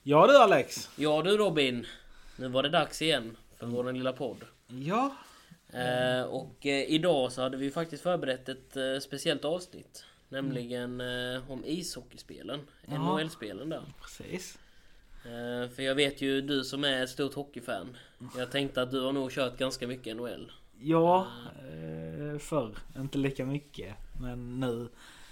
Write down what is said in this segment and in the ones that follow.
Ja du Alex. Ja du Robin. Nu var det dags igen för vår lilla podd. Ja. Idag så hade vi faktiskt förberett ett speciellt avsnitt. Nämligen om ishockeyspelen. NHL-spelen där. Precis. För jag vet ju du som är ett stort hockeyfan. Jag tänkte att du har nog kört ganska mycket NHL. Ja, förr. Inte lika mycket. Men nu.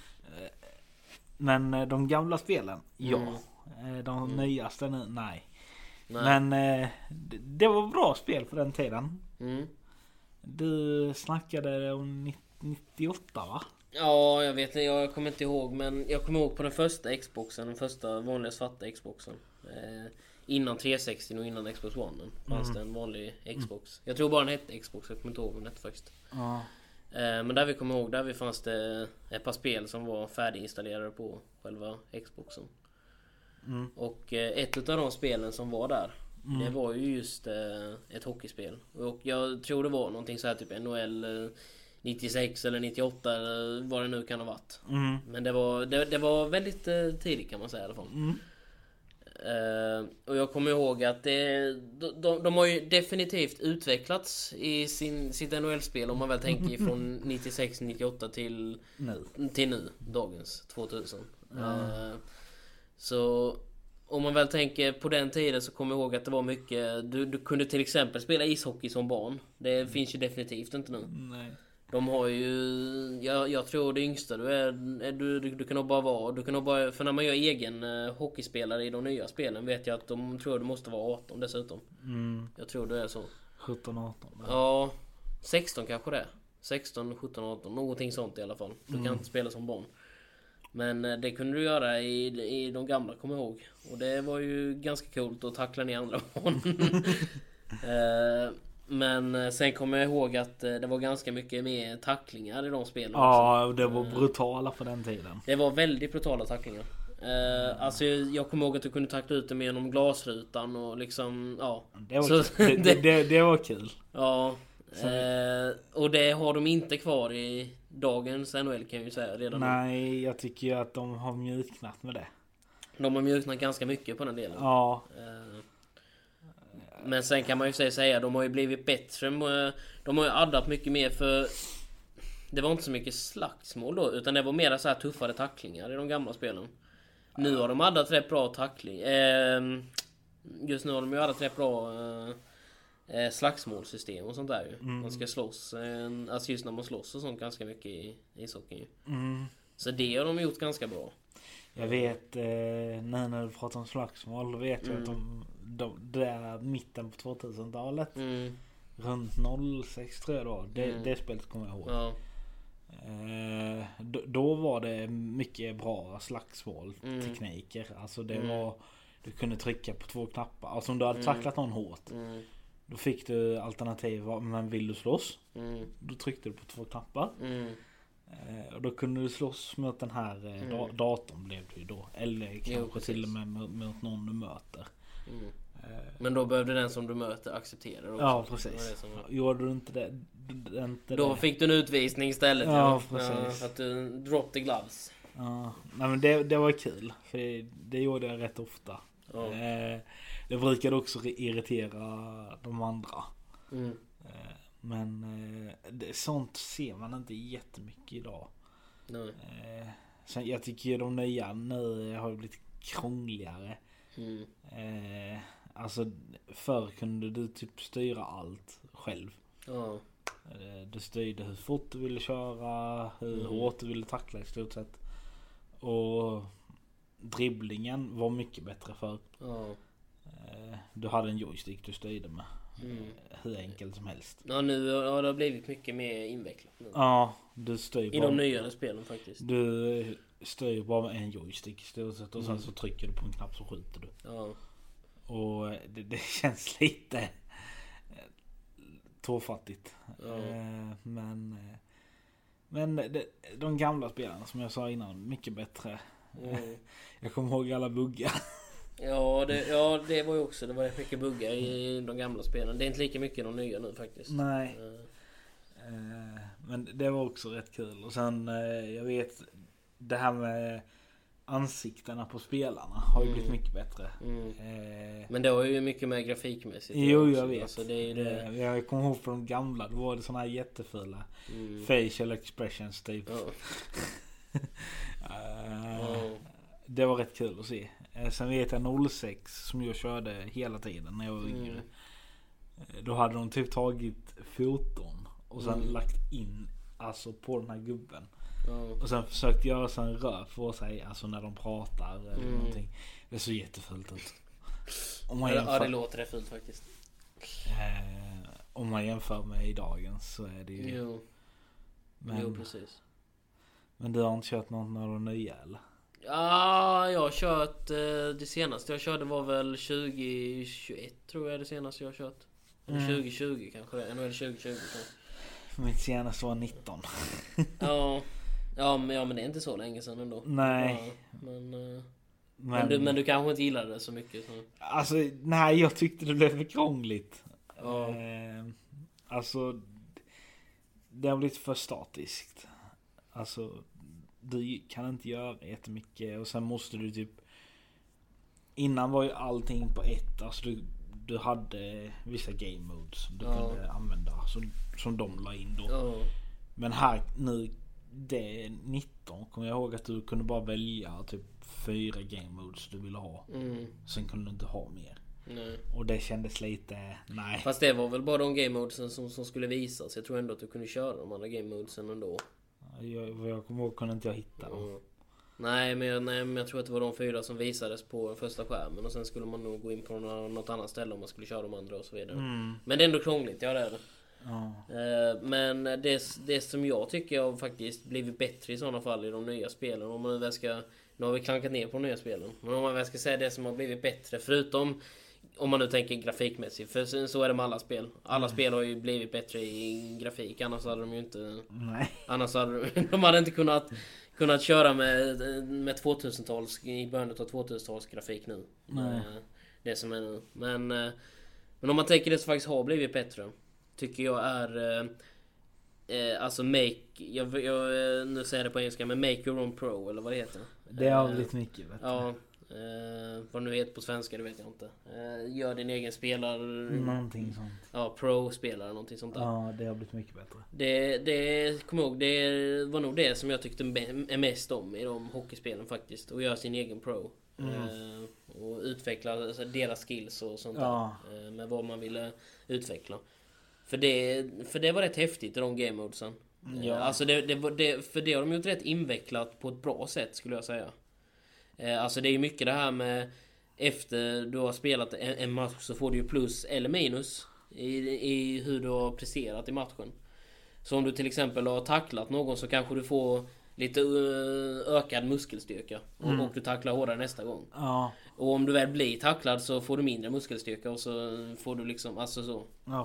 Men de gamla spelen, ja. De nyaste nu, nej. Men det var bra spel på den tiden. Du snackade om 98 va? Ja, jag vet inte, jag kommer inte ihåg. Men jag kommer ihåg på den första Xboxen. Den första vanliga svarta Xboxen. Innan 360 och innan Xbox One fanns det en vanlig Xbox. Jag tror bara den hette Xbox, jag kommer inte ihåg vad den hette faktiskt. Men där vi kommer ihåg, där fanns det ett par spel som var färdiginstallerade på själva Xboxen. Och ett av de spelen som var där, det var ju just ett hockeyspel. Och jag tror det var någonting så här typ NHL 96 eller 98 eller vad det nu kan ha varit. Men det var väldigt tidigt kan man säga i alla fall. Och jag kommer ihåg att de har ju definitivt utvecklats i sitt NHL-spel om man väl tänker från 96-98 till nu, dagens 2000. Så om man väl tänker på den tiden så kommer jag ihåg att det var mycket. Du kunde till exempel spela ishockey som barn. Det finns ju definitivt inte nu. Nej. De har ju, jag tror det yngsta du är, du kan nog bara vara, för när man gör egen hockeyspelare i de nya spelen vet jag att de tror du måste vara 18 dessutom. Jag tror det är så. 17-18. Ja, 16 kanske det. 16, 17, 18, någonting sånt i alla fall. Du kan inte spela som barn. Men det kunde du göra i de gamla, kommer jag ihåg. Och det var ju ganska coolt att tackla ner andra barn. Men sen kommer jag ihåg att det var ganska mycket mer tacklingar i de spelen. Ja, det var brutala på den tiden. Det var väldigt brutala tacklingar. Alltså jag kommer ihåg att du kunde tackla ut dem genom glasrutan och liksom, ja. Det var, det var kul. Ja. Och det har de inte kvar i dagens NHL kan jag ju säga redan. Nej, jag tycker ju att de har mjuknat med det. De har mjuknat ganska mycket på den delen. Ja. Men sen kan man ju säga de har ju blivit bättre. De har ju addat mycket mer för det var inte så mycket slagsmål då, utan det var mer så här tuffare tacklingar i de gamla spelen. Nu har de addat rätt bra tackling. Just nu har de ju addat rätt bra slagsmålsystem och sånt där ju. Man ska slåss, alltså just när man slåss och sånt ganska mycket i ishockey. Så det har de gjort ganska bra. Jag vet, när du pratar om slagsmål, då vet jag att de där mitten på 2000-talet, runt 06 tror jag då, det spelet kommer jag ihåg. Ja. Då var det mycket bra slagsmåltekniker. Alltså det var, du kunde trycka på 2 knappar. Alltså om du hade tacklat någon hårt, då fick du alternativ, men vill du slåss? Då tryckte du på 2 knappar. Och då kunde du slåss mot den här datorn blev det ju då. Eller kanske till och med mot någon du möter. Men då behövde den som du möter acceptera också. Ja, precis. Gjorde du inte det? Då fick du en utvisning istället. Ja, precis. Att du dropped the gloves. Ja, nej, men det var kul. För det gjorde jag rätt ofta. Ja. Det brukade också irritera de andra. Men sånt ser man inte jättemycket idag. Nej. Sen jag tycker de nya nu har blivit krångligare. Alltså förr kunde du typ styra allt själv. Ja. Du styrde hur fort du ville köra, hur hårt du ville tackla i stort sett. Och dribblingen var mycket bättre förr. Ja. Du hade en joystick du styrde med. Hur enkelt som helst. Ja, nu har det blivit mycket mer invecklat nu. Ja, du styr i de nyare spelen faktiskt. Du styr bara med en joystick i stort sett. Och sen så trycker du på en knapp så skjuter du. Ja. Och det känns lite tåfattigt. Ja. Men de gamla spelarna som jag sa innan, mycket bättre. Jag kommer ihåg alla buggar. Ja, det var ju också, det var mycket buggar i de gamla spelen. Det är inte lika mycket i de nya nu faktiskt. Nej. Men det var också rätt kul. Och sen jag vet det här med ansiktena på spelarna har ju blivit mycket bättre. Men det var ju mycket mer grafikmässigt. Jo, jag vet. Alltså, det är ju det. Jag kommer ihåg från de gamla, då var det såna här jättefula facial expressions typ. Det var rätt kul att se. Sen vet jag 06 som jag körde hela tiden när jag var yngre. Då hade de typ tagit foton och sen lagt in alltså på den här gubben. Och sen försökt göra så en rör för sig, alltså när de pratar eller någonting. Det ser jättefult ut. Ja, det låter det fult faktiskt. Om man jämför med i dagens så är det ju... Jo, precis. Men du har inte kört något av de nya eller? Ja, jag har kört det senaste jag körde var väl 2021 tror jag det senaste jag har kört. Eller 2020 kanske. Nu är det 2020 kanske. Mitt senaste var 19. Ja, men det är inte så länge sedan ändå. Nej. Ja, men du kanske inte gillade det så mycket. Så. Alltså, nej, jag tyckte det blev för krångligt. Alltså, det har blivit för statiskt. Alltså, du kan inte göra jättemycket och sen måste du typ... Innan var ju allting på ett. Alltså du hade vissa game modes du kunde använda som de la in då. Men här nu det 19 kommer jag ihåg att du kunde bara välja typ 4 game modes du ville ha. Sen kunde du inte ha mer. Nej. Och det kändes lite nej. Fast det var väl bara de game modesen som skulle visas. Jag tror ändå att du kunde köra de andra game modesen ändå. Jag kommer ihåg kunde inte jag hitta dem. Nej, men jag tror att det var de 4 som visades på den första skärmen. Och sen skulle man nog gå in på något annat ställe om man skulle köra de andra och så vidare. Men det är ändå krångligt, ja det är det. Men det som jag tycker har faktiskt blivit bättre i sådana fall i de nya spelen. Om man väl ska, nu har vi klankat ner på de nya spelen. Men om man väl ska säga det som har blivit bättre, förutom om man nu tänker grafikmässigt. För så är det med alla spel. Alla spel har ju blivit bättre i grafik. Annars hade de ju inte... Nej. Annars hade de hade inte kunnat köra med 2000-tals i början av 2000-tals grafik nu. Det som är nu. Men om man tänker det som faktiskt har blivit bättre, tycker jag är alltså jag nu säger det på engelska, men Make Your Own Pro eller vad det heter. Det har blivit mycket bättre. Ja. Vad nu heter på svenska, det vet jag inte. Gör din egen spelare. Någonting sånt. Ja, pro-spelare, någonting sånt där. Ja, det har blivit mycket bättre. Det kom ihåg, det var nog det som jag tyckte är mest om i de hockeyspelen faktiskt. Att göra sin egen pro. Och utveckla alltså, deras skills och sånt där. Med vad man ville utveckla. För det var rätt häftigt i de game modesen. Alltså för det har de gjort rätt invecklat på ett bra sätt skulle jag säga. Alltså det är ju mycket det här med efter du har spelat en match så får du ju plus eller minus i hur du har presterat i matchen. Så om du till exempel har tacklat någon så kanske du får lite ökad muskelstyrka och du tacklar hårdare nästa gång. Och om du väl blir tacklad så får du mindre muskelstyrka och så får du liksom alltså så.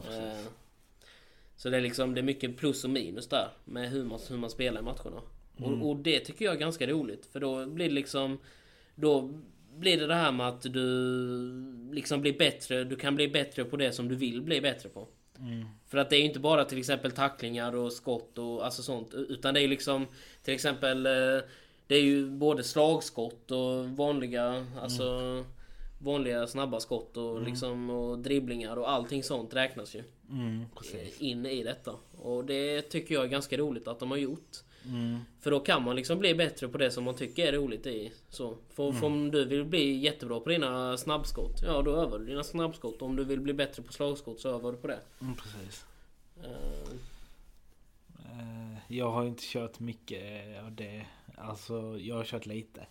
Så det är liksom det är mycket plus och minus där med hur man spelar i matcherna. Och det tycker jag är ganska roligt, för då blir det liksom då blir det här med att du liksom blir bättre, du kan bli bättre på det som du vill bli bättre på. För att det är ju inte bara till exempel tacklingar och skott och alltså sånt, utan det är liksom till exempel det är ju både slagskott och vanliga alltså vanliga snabba skott och liksom och dribblingar och allting sånt räknas ju in i detta. Och det tycker jag är ganska roligt att de har gjort. För då kan man liksom bli bättre på det som man tycker är roligt i. Så för om du vill bli jättebra på dina snabbskott, ja då övar du dina snabbskott. Om du vill bli bättre på slagskott så övar du på det. Precis. Jag har inte kört mycket av det. Alltså jag har kört lite.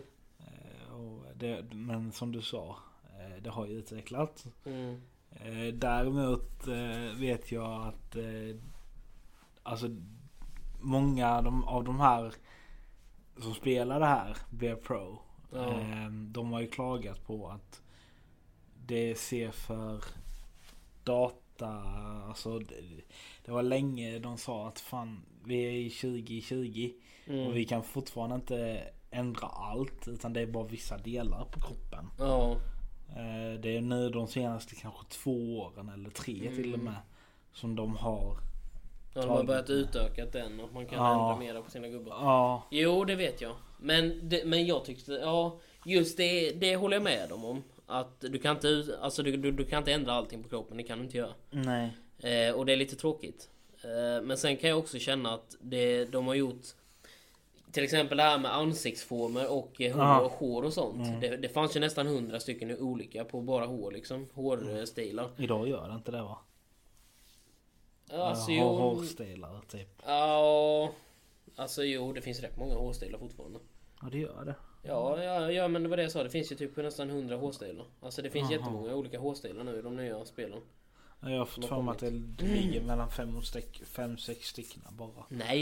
Men som du sa, det har ju utvecklats. Däremot vet jag att alltså många av de här som spelar det här Bear Pro, de har ju klagat på att det ser för data, alltså det var länge de sa att fan, vi är i 2020 och vi kan fortfarande inte ändra allt, utan det är bara vissa delar på kroppen. Det är nu de senaste kanske 2 åren eller 3 till och med som de har de har börjat utöka den och man kan ändra mer på sina gubbar. Jo, det vet jag. Men jag tyckte, ja, just det håller jag med dem om. Att du kan inte, alltså du kan inte ändra allting på kroppen, det kan du inte göra. Nej. Och det är lite tråkigt. Men sen kan jag också känna att de har gjort till exempel det här med ansiktsformer och hår och sånt. Det fanns ju nästan 100 stycken olika på bara hår liksom. Hårstilar. Idag gör det inte det, va? Alltså, hårstilar typ. Ja, alltså jo, det finns rätt många hårstilar fortfarande. Ja, det gör det. Ja, men det var det jag sa. Det finns ju typ nästan 100 hårstilar. Alltså det finns jättemånga olika hårstilar nu i de nya spelen. Jag har fått för mig att det ligger mellan 5-6 stycken bara. Nej,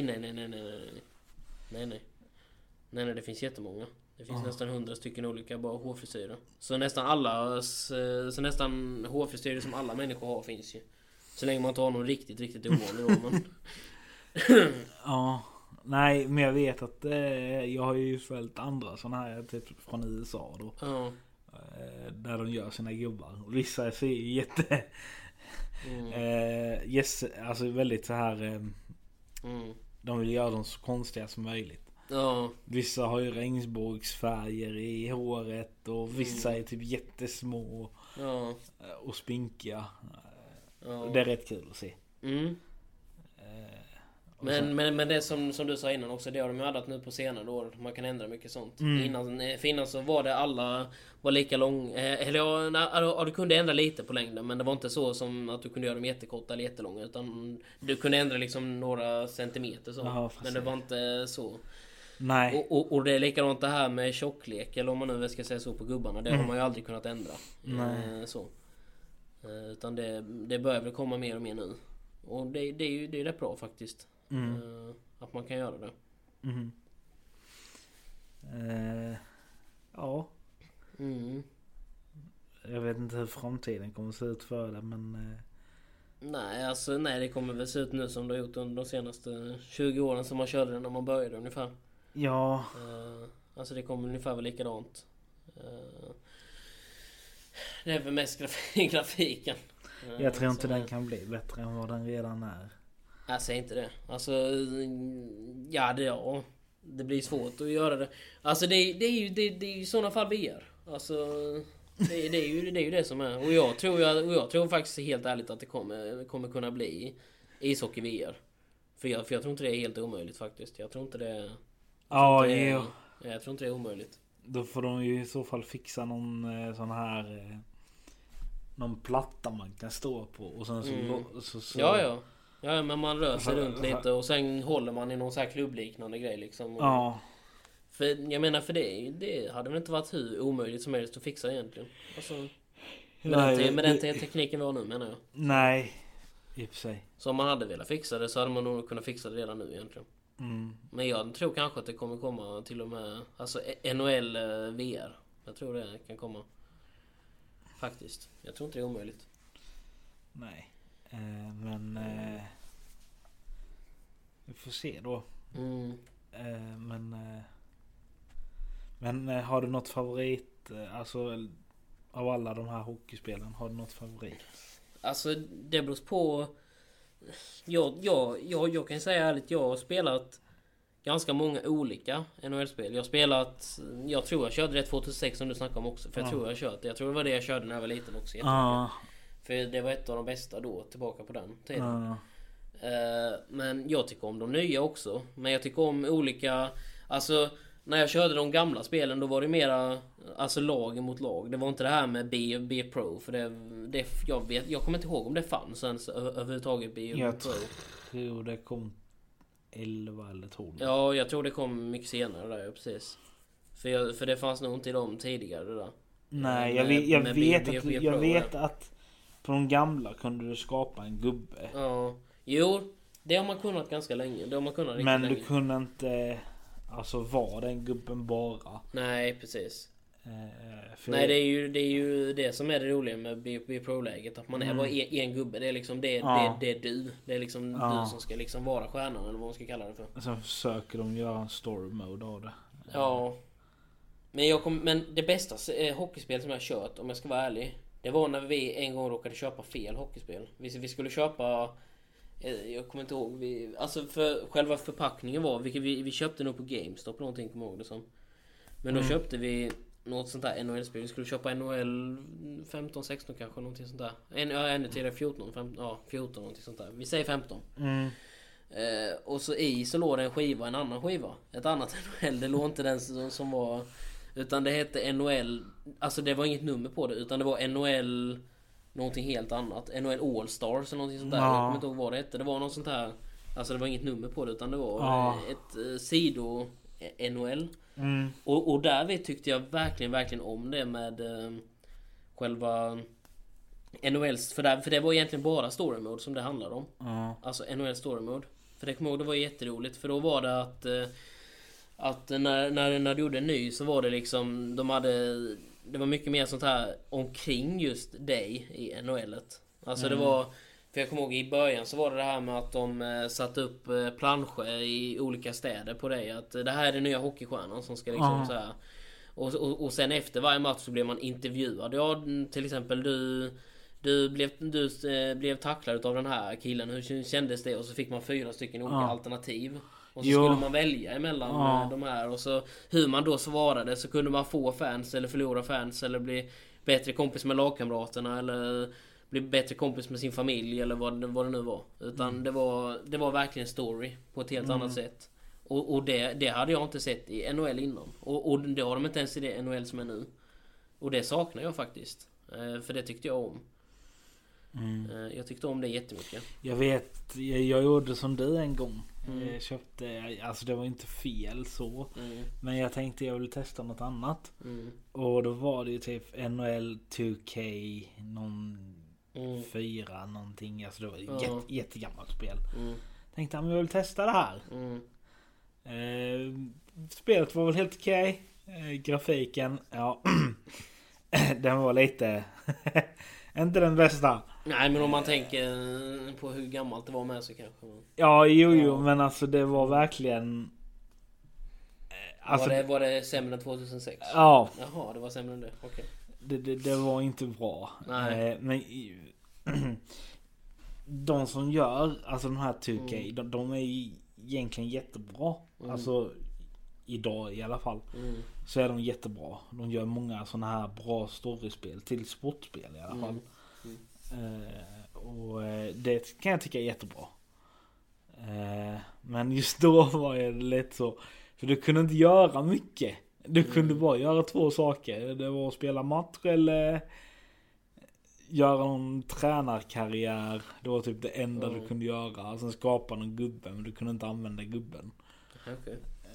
det finns jättemånga. Det finns nästan 100 stycken olika bara hårfrisyrer. Så nästan hårfrisyrer som alla människor har finns ju. Så länge man inte har någon riktigt ovanlig då, men... Ja, nej, men jag vet att jag har ju följt andra sådana här typ från USA då. Ja. Där de gör sina gubbar. Och vissa ser ju alltså väldigt så här de vill göra dem så konstiga som möjligt. Ja. Vissa har ju regnbågsfärger i håret och vissa är typ jättesmå och spinkiga. Det är rätt kul att se. Men det som du sa innan också, det har de ju addat nu på senare år. Man kan ändra mycket sånt. Innan så var det alla var lika lång. Eller du kunde ändra lite på längden, men det var inte så som att du kunde göra dem jättekorta eller jättelånga, utan du kunde ändra liksom några centimeter så. Aha, men det var inte så. Nej. Och det är likadant det här med tjocklek, eller om man nu ska säga så på gubbarna. Det har man ju aldrig kunnat ändra. Så. Utan det börjar väl komma mer och mer nu. Och det är ju rätt bra faktiskt. Att man kan göra det. Ja. Jag vet inte hur framtiden kommer att se ut för det, men... Nej, det kommer väl se ut nu som det har gjort under de senaste 20 åren som man körde när man började ungefär. Ja. Alltså det kommer ungefär vara likadant. Det är väl mest grafiken. Jag tror inte den kan bli bättre än vad den redan är. Jag säger inte det. Alltså, det blir svårt att göra det. Alltså det är ju i sådana fall VR. Alltså det är ju det som är. Och jag tror faktiskt helt ärligt att det kommer kunna bli ishockey VR. För jag tror inte det är helt omöjligt faktiskt. Jag tror inte det. Jag tror inte det är omöjligt. Då får de ju i så fall fixa någon sån här någon platta man kan stå på och sen så. Ja, men man rör sig runt lite och sen håller man i någon så här klubbliknande grej liksom. För jag menar, för det hade väl inte varit hur omöjligt som helst att fixa egentligen. Alltså, med den tekniken vi har nu, menar jag. Nej, i och för sig. Så om man hade velat fixa det så hade man nog kunnat fixa det redan nu egentligen. Men jag tror kanske att det kommer komma till och med alltså NHL VR. Jag tror det kan komma. Faktiskt. Jag tror inte det är omöjligt. Nej. Men vi får se då. Men har du något favorit, alltså av alla de här hockeyspelen, har du något favorit? Alltså det beror på. Jag kan säga ärligt, jag har spelat ganska många olika NHL-spel. Jag tror jag körde det 2006 som du snackade om också. För jag tror jag tror det var det jag körde när jag var liten också. För det var ett av de bästa då, tillbaka på den tiden. Men jag tycker om de nya också. Men jag tycker om olika. Alltså när jag körde de gamla spelen, då var det mera alltså lag mot lag. Det var inte det här med B Pro. För jag kommer inte ihåg om det fanns ens överhuvudtaget B Pro. Jag tror det kom 11 eller 12. Ja, jag tror det kom mycket senare där, precis. För det fanns nog inte i dem tidigare där. Nej, jag vet att på de gamla kunde du skapa en gubbe. Ja, jo, det har man kunnat ganska länge. Det har man kunnat men du kunde inte alltså vara den gubben bara. Nej, precis. Nej, det är ju det som är det roliga med B Pro-läget. Att man är bara en gubbe. Det är liksom det är du. Det är liksom du som ska liksom vara stjärnan, eller vad man ska kalla det för. Sen försöker de göra en story mode av det. Ja. Men det bästa hockeyspel som jag har kört, om jag ska vara ärlig, det var när vi en gång råkade köpa fel hockeyspel. Vi skulle köpa Jag kommer inte ihåg. Alltså för själva förpackningen var, vilket vi köpte nog på GameStop någonting, kommer jag ihåg det som. Men då köpte vi något sånt där NHL-spel. Vi skulle köpa NHL 15, 16 kanske, någonting sånt där. Ännu tidigare 14, 14 någonting sånt där. Vi säger 15. Och så så låg det en annan skiva. Ett annat NHL, det låg inte den som var... Utan det hette NHL... Alltså det var inget nummer på det, utan det var NHL... Någonting helt annat. NHL All-Stars eller någonting sånt där. Jag kommer inte ihåg vad det hette. Det var något sånt här... Alltså det var inget nummer på det, utan det var ett sido NHL. Och där tyckte jag verkligen om det med själva NHLs, för det var egentligen bara story mode som det handlade om. Alltså NHL story mode. För det kommer jag ihåg, det var jätteroligt, för då var det att när du gjorde en ny, så var det liksom det var mycket mer sånt här omkring just dig i NHLet. Alltså det var, för jag kommer ihåg i början så var det här med att de satte upp planscher i olika städer på dig, att det här är den nya hockeystjärnan som ska liksom så här. Och sen efter varje match så blev man intervjuad. Ja, till exempel du blev tacklad av den här killen. Hur kändes det? Och så fick man 4 stycken olika alternativ. Och så skulle man välja emellan de här. Och så hur man då svarade, så kunde man få fans eller förlora fans, eller bli bättre kompis med lagkamraterna, eller bli bättre kompis med sin familj, eller vad det nu var. Utan det var verkligen story på ett helt annat sätt. Och det hade jag inte sett i NHL innan. Och det har de inte ens i det NHL som är nu. Och det saknar jag faktiskt. För det tyckte jag om. Jag tyckte om det jättemycket. Jag vet, jag gjorde som du en gång. Jag köpte, alltså det var inte fel så. Men jag tänkte jag ville testa något annat. Och då var det ju typ NHL 2K någon 4 någonting. Alltså det var ett jättegammalt spel. Tänkte jag vill testa det här. Spelet var väl helt okej. Grafiken, den var lite inte den bästa. Nej, men om man tänker på hur gammalt det var med, så kanske man... Jo, men alltså det var verkligen... Alltså, var det sämre än 2006? Ja. Jaha, det var sämre än det, okej. Det var inte bra. Nej. Men de som gör, alltså de här 2K, de är egentligen jättebra. Alltså idag i alla fall. Så är de jättebra. De gör många såna här bra storyspel till sportspel i alla fall. Och det kan jag tycka är jättebra. Men just då var det lite så, för du kunde inte göra mycket. Du kunde bara göra 2 saker. Det var att spela match eller göra någon tränarkarriär. Det var typ det enda du kunde göra. Sen skapa någon gubbe, men du kunde inte använda gubben. Okay.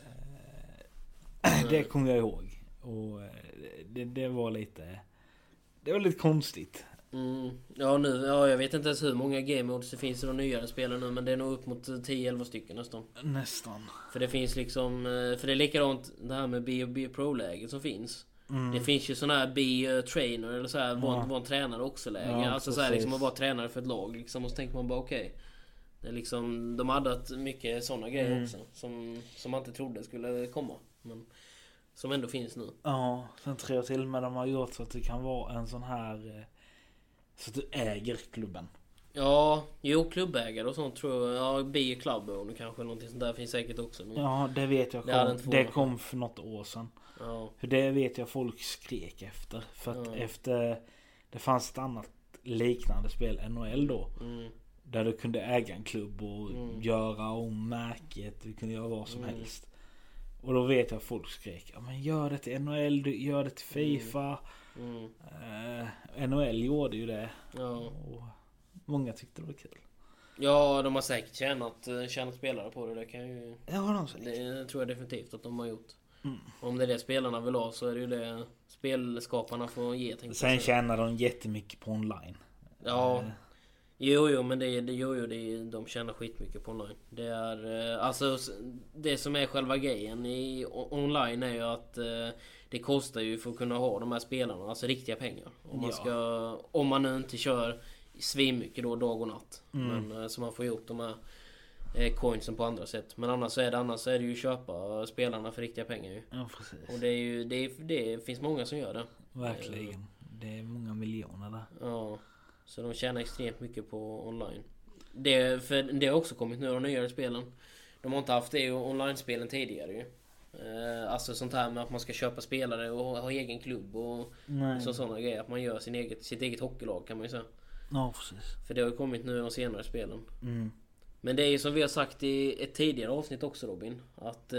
Det kommer jag ihåg. Och det var lite... Det var lite konstigt. Jag vet inte ens hur många game modes det finns i de nyare spelen nu, men det är nog upp mot 10-11 stycken nästan. För det finns liksom, för det är likadant det här med B Pro-läget som finns. Det finns ju såna här B-trainer eller så här, var en tränare också läge. Alltså så här liksom, att vara tränare för ett lag liksom, och så tänker man bara okej. Det är liksom, de hade haft mycket såna grejer också som man inte trodde skulle komma, men som ändå finns nu. Ja, sen tror jag till och med de har gjort så att det kan vara en sån här, så att du äger klubben. Ja, klubbägare och sånt tror jag. Ja, be club owner kanske, någonting sånt där finns säkert också. Men ja, det vet jag. Det kom för något år sedan. Ja. För det vet jag folk skrek efter. För att efter det fanns ett annat liknande spel, NHL då. Där du kunde äga en klubb och göra om märket. Du kunde göra vad som helst. Och då vet jag att folk skrek, ja men gör det till NHL, gör det till FIFA. NHL gjorde ju det. Ja. Och många tyckte det var kul. Ja, de har säkert tjänat spelare på det. Det kan ju... Ja, det tror jag definitivt att de har gjort. Om det är det spelarna vill ha, så är det ju det spelskaparna får ge. Sen tjänar de jättemycket på online. Ja. Jo, men de tjänar skitmycket på online. Det är alltså det som är själva grejen i online är ju att det kostar ju för att kunna ha de här spelarna, alltså riktiga pengar. Om man nu inte kör svinmycket då dag och natt. Men så man får ihop de här coinsen på andra sätt. Men annars är det ju köpa spelarna för riktiga pengar ju. Ja, precis. Och det finns många som gör det. Verkligen. Det är många miljoner där. Ja. Så de tjänar extremt mycket på online. För det har också kommit nu, de nyare spelen. De har inte haft det i online-spelen tidigare ju. Alltså sånt här med att man ska köpa spelare och ha egen klubb och sådana grejer. Att man gör sitt eget hockeylag kan man ju säga. Ja, precis. För det har ju kommit nu de senare spelen. Mm. Men det är ju som vi har sagt i ett tidigare avsnitt också, Robin. Att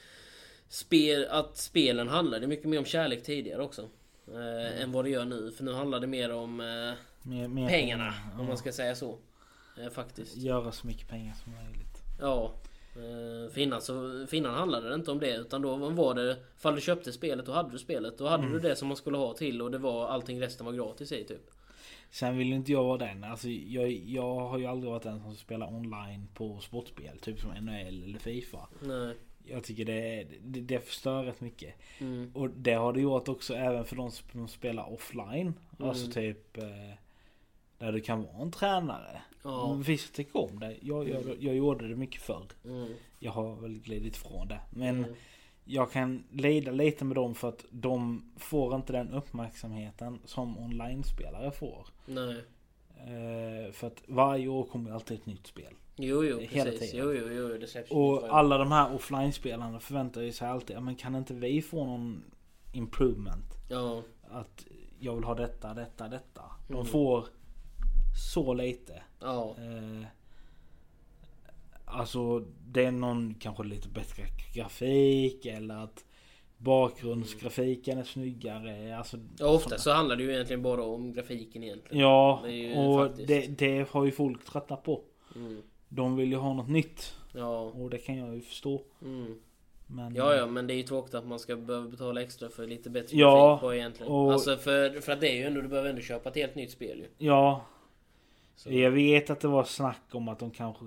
spelen handlade mycket mer om kärlek tidigare också. Än vad det gör nu. För nu handlar det mer om mer pengarna. Om man ska säga så. Faktiskt. Göra så mycket pengar som möjligt. Ja. För innan handlade det inte om det. Utan då var det, fall du köpte spelet, då hade du spelet. Då hade du det som man skulle ha till. Och det var allting, resten var gratis i typ. Sen vill inte jag vara den. Alltså jag har ju aldrig varit den som spelar online på sportspel. Typ som NHL eller FIFA. Nej. Jag tycker det förstör rätt mycket. Och det har det gjort också även för de som spelar offline. Alltså typ där du kan vara en tränare. Ja. Visst tycker om det. Jag gjorde det mycket förr. Jag har väl glidit från det. Men jag kan lida lite med dem för att de får inte den uppmärksamheten som online-spelare får. Nej. För att varje år kommer alltid ett nytt spel. Jo, hela precis. tiden. Jo, det släpps. Och alla de här offline-spelarna förväntar sig alltid, men kan inte vi få någon improvement? Ja. Att jag vill ha detta. De får så lite. Ja. Alltså det är någon kanske lite bättre grafik eller att bakgrundsgrafiken är snyggare. Alltså, Ofta så handlar det ju egentligen bara om grafiken egentligen. Ja, det och faktiskt... det har ju folk tröttnat på. De vill ju ha något nytt. Ja. Och det kan jag ju förstå. Men, ja, men det är ju tråkigt att man ska behöva betala extra för lite bättre grafik på egentligen. Och, alltså för att det är ju ändå, du behöver ändå köpa ett helt nytt spel ju. Ja. Så. Jag vet att det var snack om att de kanske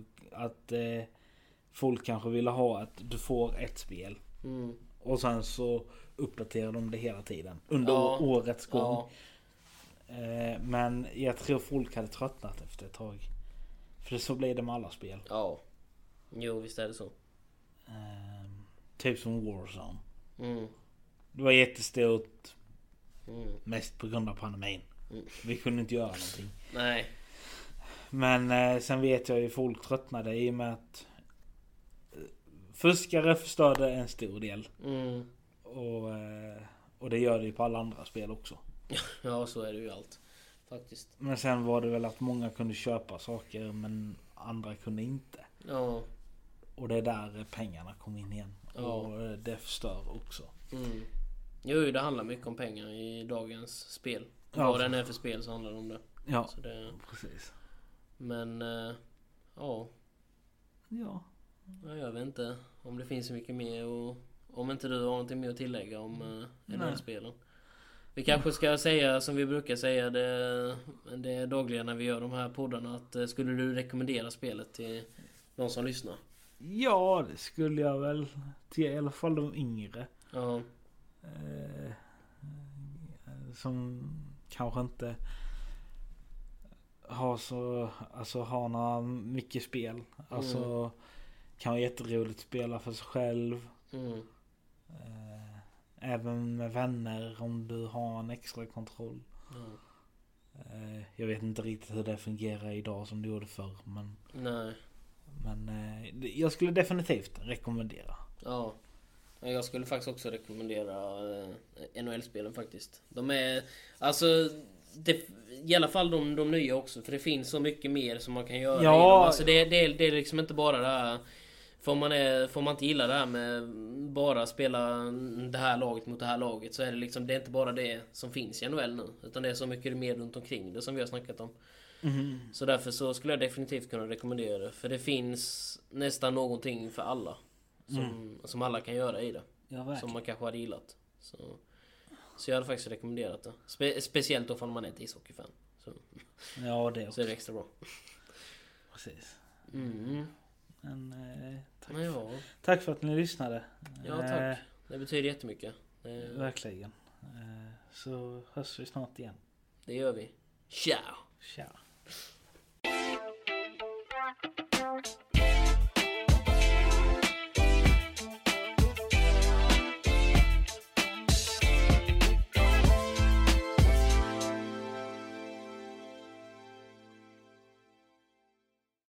folk kanske ville ha att du får ett spel. Och sen så uppdaterar de det hela tiden under årets gång. Ja. Men jag tror folk hade tröttnat efter ett tag. För så blir det med alla spel. Ja. Jo, visst är det så. Typ som Warzone. Det var jättestort. Mest på grund av pandemin. Vi kunde inte göra någonting. Nej. Men sen vet jag ju folk tröttnade i och med att fuskare förstörde en stor del. Och det gör det ju på alla andra spel också. Ja, så är det ju allt. Faktiskt. Men sen var det väl att många kunde köpa saker men andra kunde inte. Ja. Och det är där pengarna kom in igen. Ja. Och det förstör också. Jo, det handlar mycket om pengar i dagens spel. Ja. Vad den är för spel så handlar det om det. Ja, så det... precis. Men, ja. Jag vet inte om det finns så mycket mer och om inte du har någonting mer att tillägga om NHL-spelen. Vi kanske ska säga som vi brukar säga det dagliga när vi gör de här poddarna, att skulle du rekommendera spelet till någon som lyssnar? Ja, det skulle jag väl till i alla fall de yngre. Ja. Som kanske inte har några mycket spel. Alltså kan vara jätteroligt att spela för sig själv. Även med vänner om du har en extra kontroll. Jag vet inte riktigt hur det fungerar idag som det gjorde förr. Men jag skulle definitivt rekommendera. Ja. Jag skulle faktiskt också rekommendera NHL-spelen faktiskt. De är, alltså i alla fall de nya också. För det finns så mycket mer som man kan göra i dem. Alltså det är liksom inte bara det här. Får man inte gilla det här med bara spela det här laget mot det här laget, så är det liksom, det är inte bara det som finns i NHL nu, utan det är så mycket mer runt omkring det som vi har snackat om. Så därför så skulle jag definitivt kunna rekommendera det. För det finns nästan någonting för alla som alla kan göra i det. Ja, som man kanske hade gillat. Så jag hade faktiskt rekommenderat det. Speciellt då om man är ett ishockeyfan. Ja, det så är det extra bra. Precis. Men, tack för att ni lyssnade. Ja, tack. Det betyder jättemycket. Verkligen. Så hörs vi snart igen. Det gör vi. Ciao. Ciao.